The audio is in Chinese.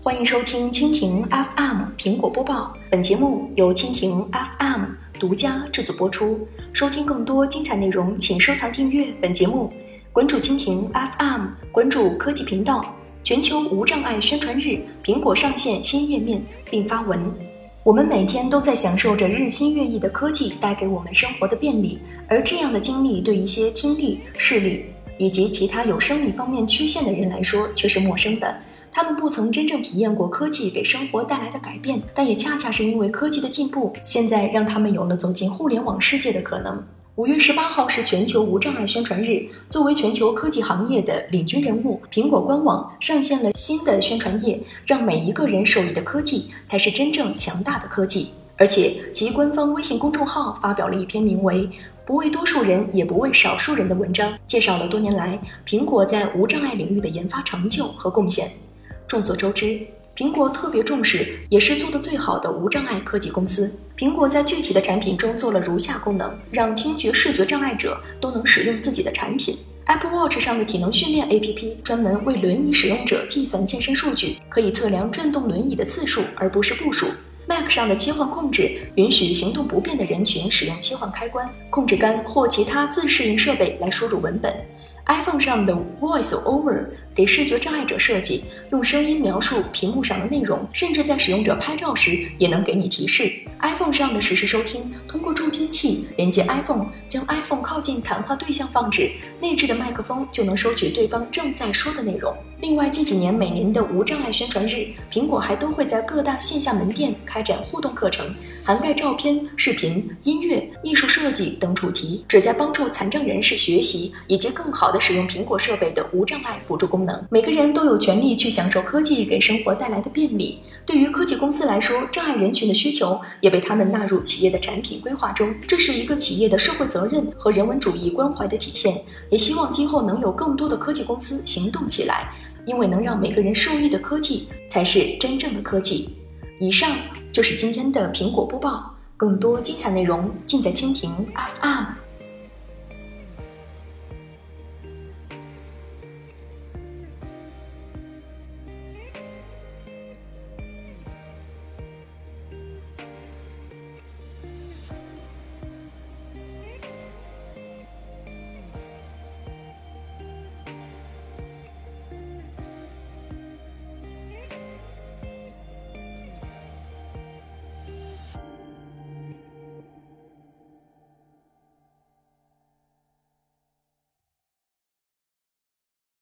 欢迎收听蜻蜓 FM 苹果播报，本节目由蜻蜓 FM 独家制作播出。收听更多精彩内容，请收藏订阅本节目，关注蜻蜓 FM， 关注科技频道。全球无障碍宣传日，苹果上线新页面并发文。我们每天都在享受着日新月异的科技带给我们生活的便利，而这样的经历对一些听力、视力以及其他有生理方面缺陷的人来说却是陌生的。他们不曾真正体验过科技给生活带来的改变，但也恰恰是因为科技的进步，现在让他们有了走进互联网世界的可能。5月18号是全球无障碍宣传日，作为全球科技行业的领军人物，苹果官网上线了新的宣传页，让每一个人受益的科技才是真正强大的科技。而且其官方微信公众号发表了一篇名为不为多数人也不为少数人的文章，介绍了多年来苹果在无障碍领域的研发成就和贡献。众所周知，苹果特别重视也是做得最好的无障碍科技公司。苹果在具体的产品中做了如下功能，让听觉视觉障碍者都能使用自己的产品。Apple Watch 上的体能训练 APP 专门为轮椅使用者计算健身数据，可以测量转动轮椅的次数而不是步数。Mac 上的切换控制允许行动不便的人群使用切换开关、控制杆或其他自适应设备来输入文本。iPhone 上的 Voice Over 给视觉障碍者设计，用声音描述屏幕上的内容，甚至在使用者拍照时也能给你提示。iPhone 上的实时收听，通过助听器连接 iPhone， 将 iPhone 靠近谈话对象放置，内置的麦克风就能收取对方正在说的内容。另外，近几年每年的无障碍宣传日，苹果还都会在各大线下门店开展互动课程，涵盖照片、视频、音乐、艺术设计等主题，旨在帮助残障人士学习以及更好地使用苹果设备的无障碍辅助功能。每个人都有权利去享受科技给生活带来的便利。对于科技公司来说，障碍人群的需求也被他们纳入企业的产品规划中，这是一个企业的社会责任和人文主义关怀的体现。也希望今后能有更多的科技公司行动起来，因为能让每个人受益的科技才是真正的科技。以上就是今天的苹果播报，更多精彩内容尽在蜻蜓 FM。